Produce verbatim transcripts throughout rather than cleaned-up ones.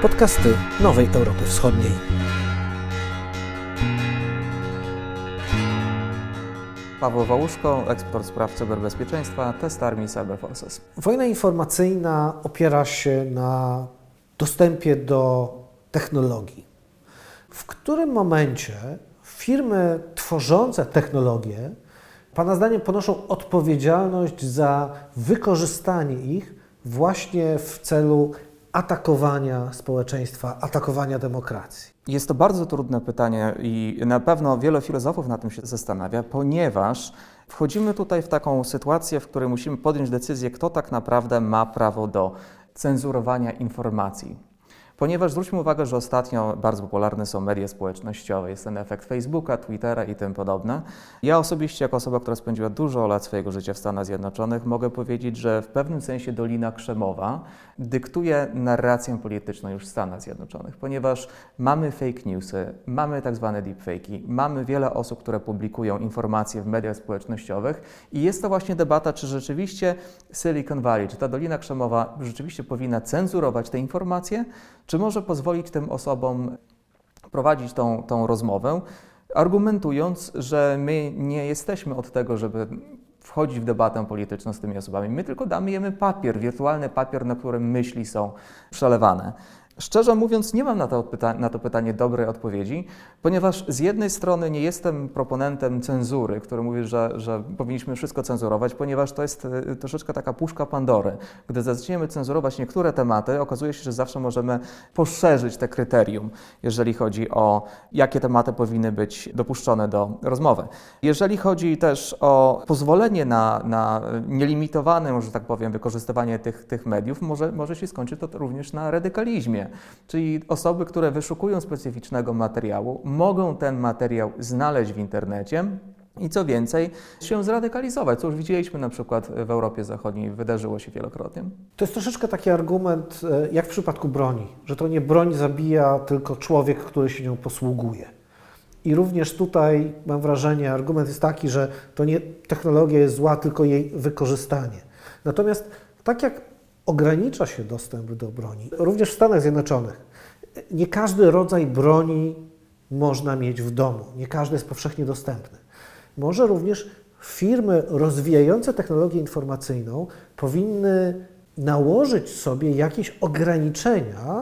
podcasty Nowej Europy Wschodniej. Paweł Wałuszko, ekspert spraw cyberbezpieczeństwa, Test Army Cyber Forces. Wojna informacyjna opiera się na dostępie do technologii. W którym momencie firmy tworzące technologie, Pana zdaniem, ponoszą odpowiedzialność za wykorzystanie ich właśnie w celu atakowania społeczeństwa, atakowania demokracji? Jest to bardzo trudne pytanie i na pewno wielu filozofów na tym się zastanawia, ponieważ wchodzimy tutaj w taką sytuację, w której musimy podjąć decyzję, kto tak naprawdę ma prawo do cenzurowania informacji. Ponieważ zwróćmy uwagę, że ostatnio bardzo popularne są media społecznościowe, jest ten efekt Facebooka, Twittera i tym podobne. Ja osobiście, jako osoba, która spędziła dużo lat swojego życia w Stanach Zjednoczonych, mogę powiedzieć, że w pewnym sensie Dolina Krzemowa dyktuje narrację polityczną już w Stanach Zjednoczonych, ponieważ mamy fake newsy, mamy tak zwane deepfake'i, mamy wiele osób, które publikują informacje w mediach społecznościowych i jest to właśnie debata, czy rzeczywiście Silicon Valley, czy ta Dolina Krzemowa rzeczywiście powinna cenzurować te informacje, czy może pozwolić tym osobom prowadzić tą, tą rozmowę, argumentując, że my nie jesteśmy od tego, żeby wchodzić w debatę polityczną z tymi osobami. My tylko damy jemy papier, wirtualny papier, na którym myśli są przelewane. Szczerze mówiąc, nie mam na to, pyta- na to pytanie dobrej odpowiedzi, ponieważ z jednej strony nie jestem proponentem cenzury, który mówi, że, że powinniśmy wszystko cenzurować, ponieważ to jest y, troszeczkę taka puszka Pandory. Gdy zaczniemy cenzurować niektóre tematy, okazuje się, że zawsze możemy poszerzyć te kryterium, jeżeli chodzi o jakie tematy powinny być dopuszczone do rozmowy. Jeżeli chodzi też o pozwolenie na, na nielimitowane, że tak powiem, wykorzystywanie tych, tych mediów, może, może się skończyć to również na radykalizmie. Czyli osoby, które wyszukują specyficznego materiału, mogą ten materiał znaleźć w internecie i co więcej, się zradykalizować, co już widzieliśmy na przykład w Europie Zachodniej, wydarzyło się wielokrotnie. To jest troszeczkę taki argument, jak w przypadku broni, że to nie broń zabija, tylko człowiek, który się nią posługuje. I również tutaj mam wrażenie, argument jest taki, że to nie technologia jest zła, tylko jej wykorzystanie. Natomiast tak jak ogranicza się dostęp do broni, również w Stanach Zjednoczonych, nie każdy rodzaj broni można mieć w domu, nie każdy jest powszechnie dostępny. Może również firmy rozwijające technologię informacyjną powinny nałożyć sobie jakieś ograniczenia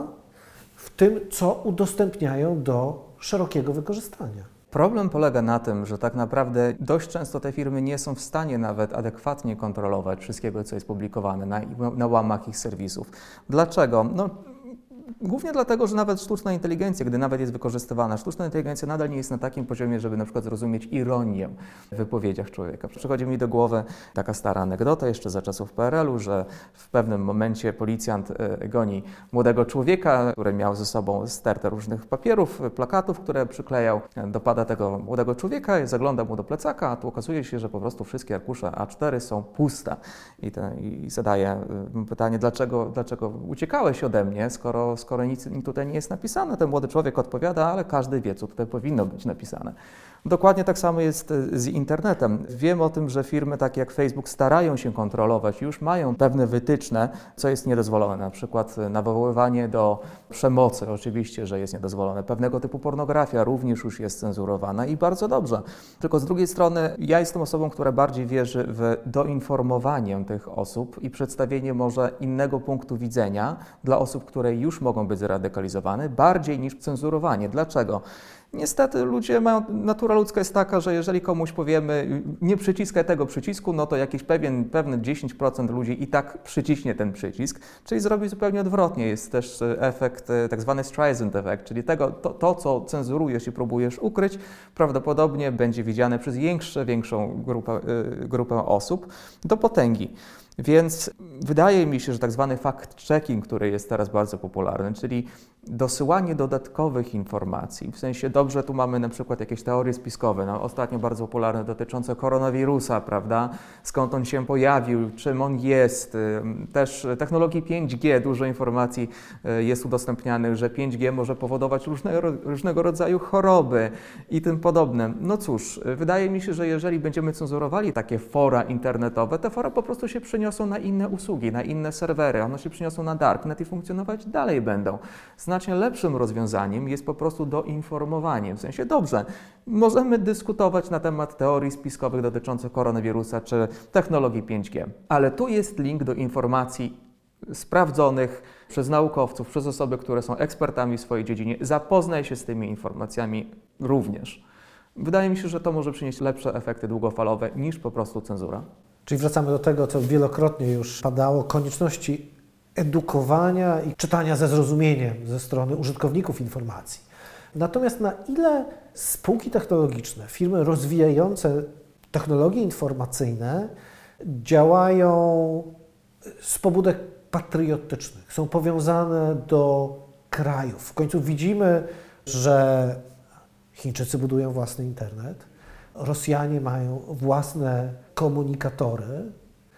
w tym, co udostępniają do szerokiego wykorzystania. Problem polega na tym, że tak naprawdę dość często te firmy nie są w stanie nawet adekwatnie kontrolować wszystkiego, co jest publikowane na, na łamach ich serwisów. Dlaczego? No, głównie dlatego, że nawet sztuczna inteligencja, gdy nawet jest wykorzystywana, sztuczna inteligencja nadal nie jest na takim poziomie, żeby na przykład zrozumieć ironię w wypowiedziach człowieka. Przychodzi mi do głowy taka stara anegdota jeszcze za czasów P R L-u, że w pewnym momencie policjant goni młodego człowieka, który miał ze sobą stertę różnych papierów, plakatów, które przyklejał. Dopada tego młodego człowieka, zagląda mu do plecaka, a tu okazuje się, że po prostu wszystkie arkusze A cztery są puste. I, te, i zadaje pytanie, dlaczego, dlaczego uciekałeś ode mnie, skoro skoro nic tutaj nie jest napisane. Ten młody człowiek odpowiada, ale każdy wie, co tutaj powinno być napisane. Dokładnie tak samo jest z internetem. Wiem o tym, że firmy takie jak Facebook starają się kontrolować, już mają pewne wytyczne, co jest niedozwolone. Na przykład nawoływanie do przemocy, oczywiście, że jest niedozwolone. Pewnego typu pornografia również już jest cenzurowana i bardzo dobrze. Tylko z drugiej strony ja jestem osobą, która bardziej wierzy w doinformowanie tych osób i przedstawienie może innego punktu widzenia dla osób, które już mogą być zradykalizowane, bardziej niż cenzurowanie. Dlaczego? Niestety ludzie mają, natura ludzka jest taka, że jeżeli komuś powiemy nie przyciskaj tego przycisku, no to jakiś pewien, pewny dziesięć procent ludzi i tak przyciśnie ten przycisk, czyli zrobi zupełnie odwrotnie. Jest też efekt, tak zwany Streisand efekt, czyli tego, to, to, co cenzurujesz i próbujesz ukryć, prawdopodobnie będzie widziane przez większą, większą grupę, grupę osób do potęgi. Więc wydaje mi się, że tak zwany fact-checking, który jest teraz bardzo popularny, czyli dosyłanie dodatkowych informacji, w sensie dobrze, tu mamy na przykład jakieś teorie spiskowe, no, ostatnio bardzo popularne dotyczące koronawirusa, prawda, skąd on się pojawił, czym on jest, też technologii pięć G, dużo informacji jest udostępnianych, że pięć G może powodować różne, różnego rodzaju choroby i tym podobne. No cóż, wydaje mi się, że jeżeli będziemy cenzurowali takie fora internetowe, te fora po prostu się przeniosą przeniosą na inne usługi, na inne serwery, one się przeniosą na darknet i funkcjonować dalej będą. Znacznie lepszym rozwiązaniem jest po prostu doinformowanie. W sensie, dobrze, możemy dyskutować na temat teorii spiskowych dotyczących koronawirusa czy technologii pięć G, ale tu jest link do informacji sprawdzonych przez naukowców, przez osoby, które są ekspertami w swojej dziedzinie. Zapoznaj się z tymi informacjami również. Wydaje mi się, że to może przynieść lepsze efekty długofalowe niż po prostu cenzura. Czyli wracamy do tego, co wielokrotnie już padało, konieczności edukowania i czytania ze zrozumieniem ze strony użytkowników informacji. Natomiast na ile spółki technologiczne, firmy rozwijające technologie informacyjne działają z pobudek patriotycznych, są powiązane do krajów. W końcu widzimy, że Chińczycy budują własny internet, Rosjanie mają własne komunikatory.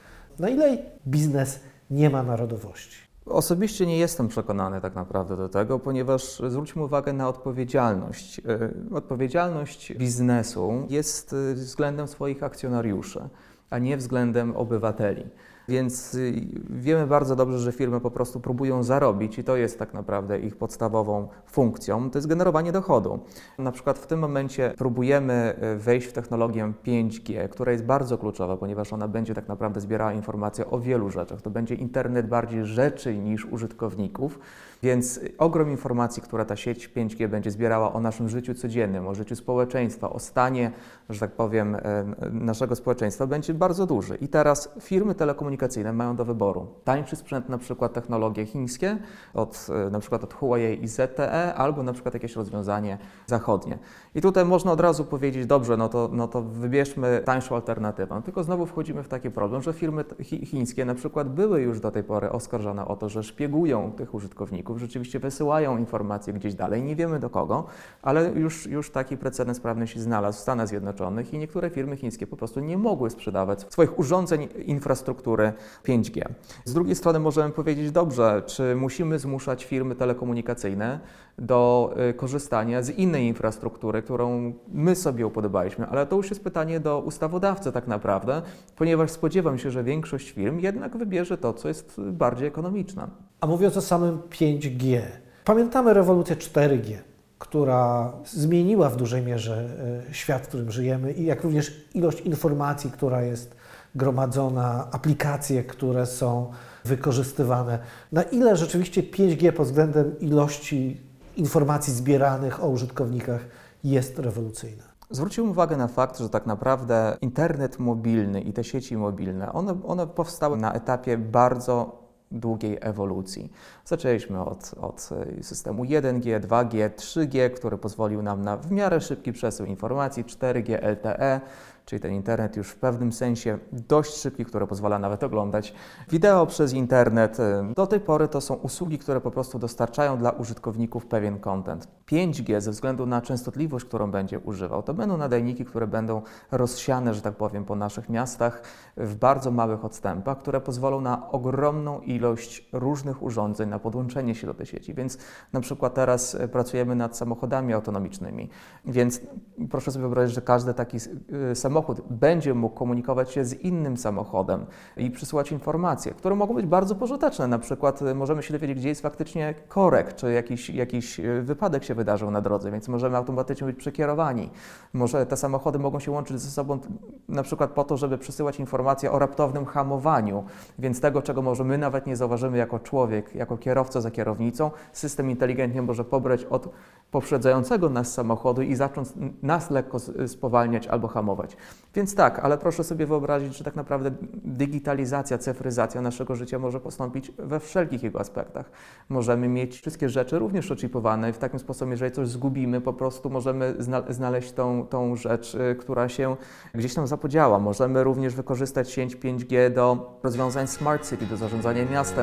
Na ile biznes nie ma narodowości? Osobiście nie jestem przekonany tak naprawdę do tego, ponieważ zwróćmy uwagę na odpowiedzialność. Odpowiedzialność biznesu jest względem swoich akcjonariuszy, a nie względem obywateli. Więc wiemy bardzo dobrze, że firmy po prostu próbują zarobić i to jest tak naprawdę ich podstawową funkcją, to jest generowanie dochodu. Na przykład w tym momencie próbujemy wejść w technologię pięć G, która jest bardzo kluczowa, ponieważ ona będzie tak naprawdę zbierała informacje o wielu rzeczach. To będzie internet bardziej rzeczy niż użytkowników, więc ogrom informacji, która ta sieć pięć G będzie zbierała o naszym życiu codziennym, o życiu społeczeństwa, o stanie, że tak powiem, naszego społeczeństwa będzie bardzo duży. I teraz firmy telekomunikacyjne mają do wyboru tańszy sprzęt, na przykład technologie chińskie, od, na przykład od Huawei i Z T E, albo na przykład jakieś rozwiązanie zachodnie. I tutaj można od razu powiedzieć, dobrze, no to, no to wybierzmy tańszą alternatywę. Tylko znowu wchodzimy w taki problem, że firmy chi chińskie na przykład były już do tej pory oskarżone o to, że szpiegują tych użytkowników, rzeczywiście wysyłają informacje gdzieś dalej, nie wiemy do kogo, ale już, już taki precedens prawny się znalazł w Stanach Zjednoczonych i niektóre firmy chińskie po prostu nie mogły sprzedawać swoich urządzeń infrastruktury pięć G. Z drugiej strony możemy powiedzieć, dobrze, czy musimy zmuszać firmy telekomunikacyjne do y, korzystania z innej infrastruktury, którą my sobie upodobaliśmy, ale to już jest pytanie do ustawodawcy tak naprawdę, ponieważ spodziewam się, że większość firm jednak wybierze to, co jest bardziej ekonomiczne. A mówiąc o samym pięć G, pamiętamy rewolucję cztery G, która zmieniła w dużej mierze świat, w którym żyjemy i jak również ilość informacji, która jest gromadzona, aplikacje, które są wykorzystywane. Na ile rzeczywiście pięć G pod względem ilości informacji zbieranych o użytkownikach jest rewolucyjna? Zwróciłem uwagę na fakt, że tak naprawdę internet mobilny i te sieci mobilne, one, one powstały na etapie bardzo długiej ewolucji. Zaczęliśmy od, od systemu jeden G, dwa G, trzy G, który pozwolił nam na w miarę szybki przesył informacji, cztery G L T E, czyli ten internet już w pewnym sensie dość szybki, który pozwala nawet oglądać wideo przez internet. Do tej pory to są usługi, które po prostu dostarczają dla użytkowników pewien content. pięć G ze względu na częstotliwość, którą będzie używał, to będą nadajniki, które będą rozsiane, że tak powiem, po naszych miastach w bardzo małych odstępach, które pozwolą na ogromną ilość różnych urządzeń, na podłączenie się do tej sieci. Więc na przykład teraz pracujemy nad samochodami autonomicznymi, więc proszę sobie wyobrazić, że każdy taki samochód będzie mógł komunikować się z innym samochodem i przysyłać informacje, które mogą być bardzo pożyteczne. Na przykład możemy się dowiedzieć, gdzie jest faktycznie korek, czy jakiś, jakiś wypadek się wydarzył na drodze, więc możemy automatycznie być przekierowani. Może te samochody mogą się łączyć ze sobą na przykład po to, żeby przesyłać informacje o raptownym hamowaniu, więc tego, czego może my nawet nie zauważymy jako człowiek, jako kierowca za kierownicą, system inteligentnie może pobrać od poprzedzającego nas samochodu i zacząć nas lekko spowalniać albo hamować. Więc tak, ale proszę sobie wyobrazić, że tak naprawdę digitalizacja, cyfryzacja naszego życia może postąpić we wszelkich jego aspektach. Możemy mieć wszystkie rzeczy również oczipowane i w takim sposobie, jeżeli coś zgubimy, po prostu możemy znaleźć tą, tą rzecz, która się gdzieś tam zapodziała. Możemy również wykorzystać sieć pięć G do rozwiązań Smart City, do zarządzania miastem.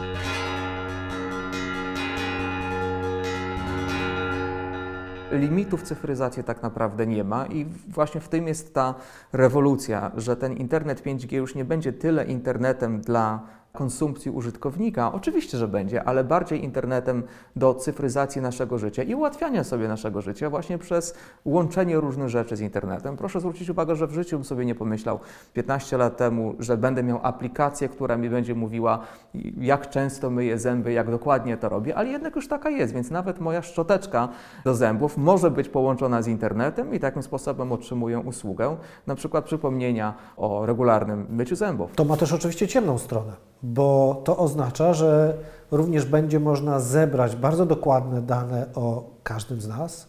Limitów cyfryzacji tak naprawdę nie ma i właśnie w tym jest ta rewolucja, że ten internet pięć G już nie będzie tyle internetem dla konsumpcji użytkownika. Oczywiście, że będzie, ale bardziej internetem do cyfryzacji naszego życia i ułatwiania sobie naszego życia właśnie przez łączenie różnych rzeczy z internetem. Proszę zwrócić uwagę, że w życiu bym sobie nie pomyślał piętnaście lat temu, że będę miał aplikację, która mi będzie mówiła, jak często myję zęby, jak dokładnie to robię, ale jednak już taka jest, więc nawet moja szczoteczka do zębów może być połączona z internetem i takim sposobem otrzymuję usługę, na przykład przypomnienia o regularnym myciu zębów. To ma też oczywiście ciemną stronę, bo to oznacza, że również będzie można zebrać bardzo dokładne dane o każdym z nas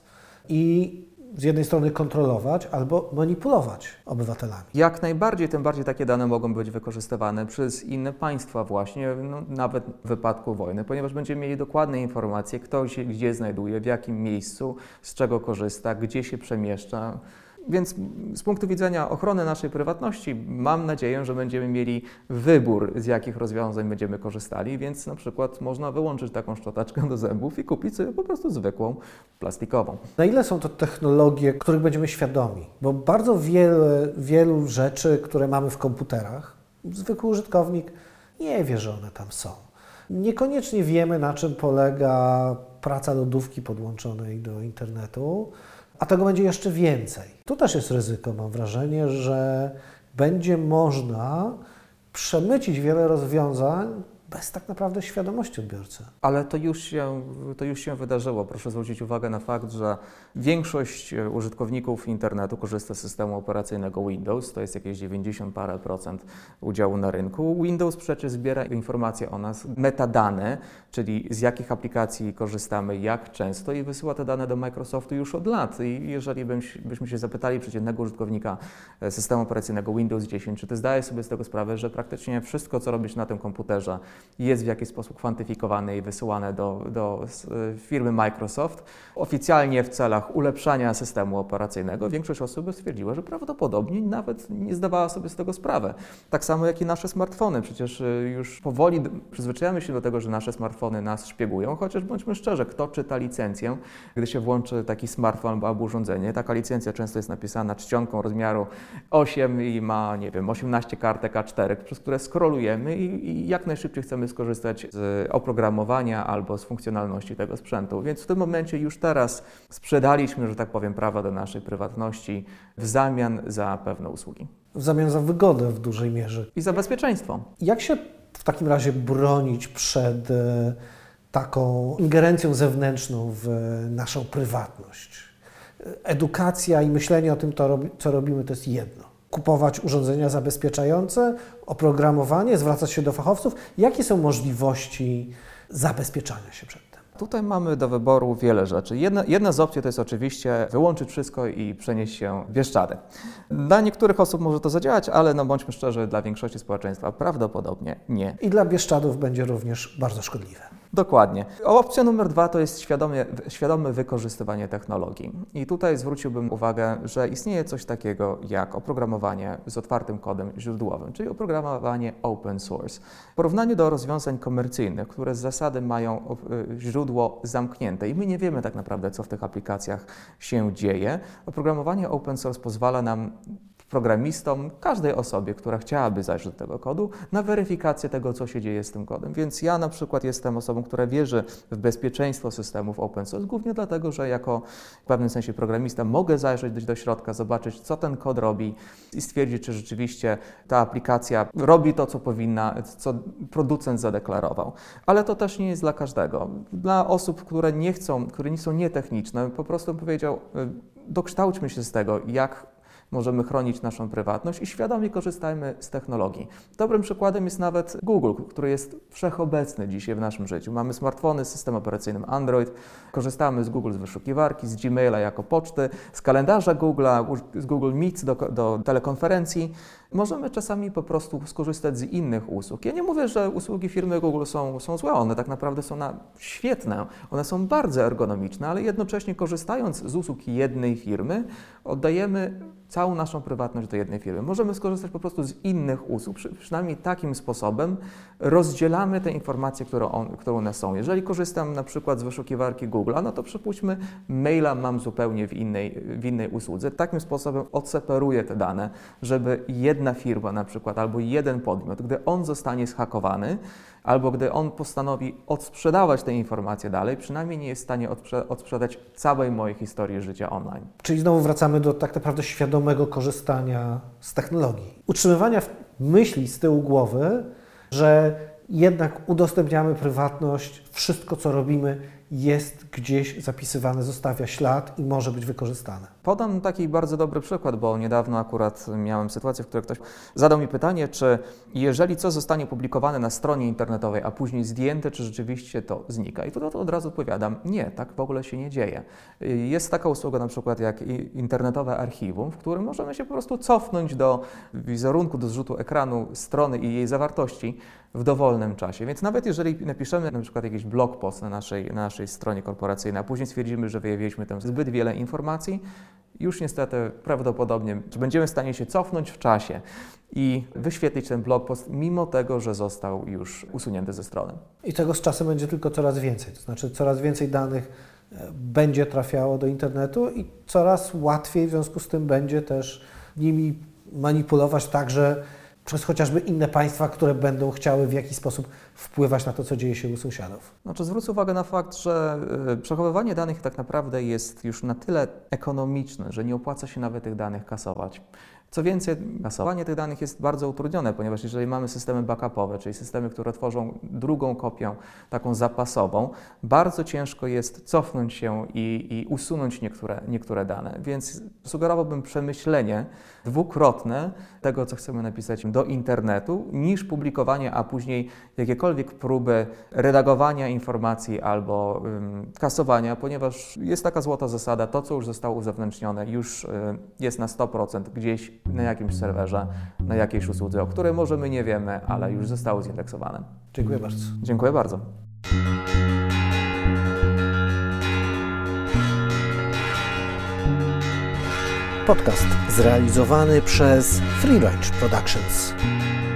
i z jednej strony kontrolować albo manipulować obywatelami. Jak najbardziej, tym bardziej takie dane mogą być wykorzystywane przez inne państwa właśnie, no, nawet w wypadku wojny, ponieważ będziemy mieli dokładne informacje, kto się gdzie znajduje, w jakim miejscu, z czego korzysta, gdzie się przemieszcza. Więc z punktu widzenia ochrony naszej prywatności mam nadzieję, że będziemy mieli wybór, z jakich rozwiązań będziemy korzystali, więc na przykład można wyłączyć taką szczoteczkę do zębów i kupić sobie po prostu zwykłą, plastikową. Na ile są to technologie, których będziemy świadomi? Bo bardzo wiele, wielu rzeczy, które mamy w komputerach, zwykły użytkownik nie wie, że one tam są. Niekoniecznie wiemy, na czym polega praca lodówki podłączonej do internetu, a tego będzie jeszcze więcej. Tu też jest ryzyko, mam wrażenie, że będzie można przemycić wiele rozwiązań bez tak naprawdę świadomości odbiorcy. Ale to już się, to już się wydarzyło. Proszę zwrócić uwagę na fakt, że większość użytkowników internetu korzysta z systemu operacyjnego Windows, to jest jakieś dziewięćdziesiąt parę procent udziału na rynku. Windows przecież zbiera informacje o nas, metadane, czyli z jakich aplikacji korzystamy, jak często i wysyła te dane do Microsoftu już od lat. I jeżeli byśmy się zapytali przeciętnego użytkownika systemu operacyjnego Windows dziesięć, czy ty zdajesz sobie z tego sprawę, że praktycznie wszystko, co robisz na tym komputerze, jest w jakiś sposób kwantyfikowane i wysyłane do, do firmy Microsoft, oficjalnie w celach ulepszania systemu operacyjnego, większość osób stwierdziła, że prawdopodobnie nawet nie zdawała sobie z tego sprawy. Tak samo jak i nasze smartfony. Przecież już powoli przyzwyczajamy się do tego, że nasze smartfony nas szpiegują, chociaż bądźmy szczerzy, kto czyta licencję, gdy się włączy taki smartfon albo urządzenie, taka licencja często jest napisana czcionką rozmiaru osiem i ma, nie wiem, osiemnaście kartek A cztery, przez które scrollujemy i, i jak najszybciej chcemy skorzystać z oprogramowania albo z funkcjonalności tego sprzętu. Więc w tym momencie już teraz sprzedaliśmy, że tak powiem, prawa do naszej prywatności w zamian za pewne usługi. W zamian za wygodę w dużej mierze. I za bezpieczeństwo. Jak się w takim razie bronić przed e, taką ingerencją zewnętrzną w e, naszą prywatność? Edukacja i myślenie o tym, to robi, co robimy, to jest jedno. Kupować urządzenia zabezpieczające, oprogramowanie, zwracać się do fachowców. Jakie są możliwości zabezpieczania się przed tym? Tutaj mamy do wyboru wiele rzeczy. Jedna, jedna z opcji to jest oczywiście wyłączyć wszystko i przenieść się w Bieszczady. Dla niektórych osób może to zadziałać, ale no bądźmy szczerzy, dla większości społeczeństwa prawdopodobnie nie. I dla Bieszczadów będzie również bardzo szkodliwe. Dokładnie. Opcja numer dwa to jest świadome, świadome wykorzystywanie technologii. I tutaj zwróciłbym uwagę, że istnieje coś takiego jak oprogramowanie z otwartym kodem źródłowym, czyli oprogramowanie open source. W porównaniu do rozwiązań komercyjnych, które z zasady mają źródło zamknięte i my nie wiemy tak naprawdę, co w tych aplikacjach się dzieje, oprogramowanie open source pozwala nam, programistom, każdej osobie, która chciałaby zajrzeć do tego kodu, na weryfikację tego, co się dzieje z tym kodem. Więc ja na przykład jestem osobą, która wierzy w bezpieczeństwo systemów open source, głównie dlatego, że jako w pewnym sensie programista mogę zajrzeć do środka, zobaczyć, co ten kod robi i stwierdzić, czy rzeczywiście ta aplikacja robi to, co powinna, co producent zadeklarował. Ale to też nie jest dla każdego. Dla osób, które nie chcą, które nie są nietechniczne, po prostu powiedział, dokształćmy się z tego, jak możemy chronić naszą prywatność i świadomie korzystajmy z technologii. Dobrym przykładem jest nawet Google, który jest wszechobecny dzisiaj w naszym życiu. Mamy smartfony z systemem operacyjnym Android, korzystamy z Google z wyszukiwarki, z Gmaila jako poczty, z kalendarza Google'a, z Google Meet do, do telekonferencji. Możemy czasami po prostu skorzystać z innych usług. Ja nie mówię, że usługi firmy Google są, są złe, one tak naprawdę są na, świetne, one są bardzo ergonomiczne, ale jednocześnie korzystając z usług jednej firmy, oddajemy całą naszą prywatność do jednej firmy. Możemy skorzystać po prostu z innych usług. Przy, przynajmniej takim sposobem rozdzielamy te informacje, które, on, które one są. Jeżeli korzystam na przykład z wyszukiwarki Google, no to przypuśćmy, maila mam zupełnie w innej, w innej usłudze. Takim sposobem odseparuję te dane, żeby jedna firma na przykład albo jeden podmiot, gdy on zostanie zhakowany, albo gdy on postanowi odsprzedawać te informacje dalej, przynajmniej nie jest w stanie odprze- odsprzedać całej mojej historii życia online. Czyli znowu wracamy do tak naprawdę świadomego korzystania z technologii. Utrzymywania myśli z tyłu głowy, że jednak udostępniamy prywatność, wszystko co robimy jest gdzieś zapisywane, zostawia ślad i może być wykorzystane. Podam taki bardzo dobry przykład, bo niedawno akurat miałem sytuację, w której ktoś zadał mi pytanie, czy jeżeli coś zostanie publikowane na stronie internetowej, a później zdjęte, czy rzeczywiście to znika. I tu to od razu odpowiadam, nie, tak w ogóle się nie dzieje. Jest taka usługa na przykład jak internetowe archiwum, w którym możemy się po prostu cofnąć do wizerunku, do zrzutu ekranu strony i jej zawartości w dowolnym czasie. Więc nawet jeżeli napiszemy na przykład jakiś blog post na naszej, na naszej stronie korporacyjnej, a później stwierdzimy, że wyjawiliśmy tam zbyt wiele informacji, już niestety prawdopodobnie będziemy w stanie się cofnąć w czasie i wyświetlić ten blog post, mimo tego, że został już usunięty ze strony. I tego z czasem będzie tylko coraz więcej, to znaczy coraz więcej danych będzie trafiało do internetu i coraz łatwiej w związku z tym będzie też nimi manipulować także przez chociażby inne państwa, które będą chciały w jakiś sposób wpływać na to, co dzieje się u sąsiadów. Znaczy zwrócę uwagę na fakt, że przechowywanie danych tak naprawdę jest już na tyle ekonomiczne, że nie opłaca się nawet tych danych kasować. Co więcej, kasowanie tych danych jest bardzo utrudnione, ponieważ jeżeli mamy systemy backupowe, czyli systemy, które tworzą drugą kopię, taką zapasową, bardzo ciężko jest cofnąć się i, i usunąć niektóre, niektóre dane. Więc sugerowałbym przemyślenie dwukrotne tego, co chcemy napisać do internetu, niż publikowanie, a później jakiekolwiek próby redagowania informacji albo ym, kasowania, ponieważ jest taka złota zasada, to, co już zostało uzewnętrznione, już y, jest na sto procent gdzieś na jakimś serwerze, na jakiejś usłudze, o której może my nie wiemy, ale już zostały zindeksowane. Dziękuję bardzo. Dziękuję bardzo. Podcast zrealizowany przez Free Range Productions.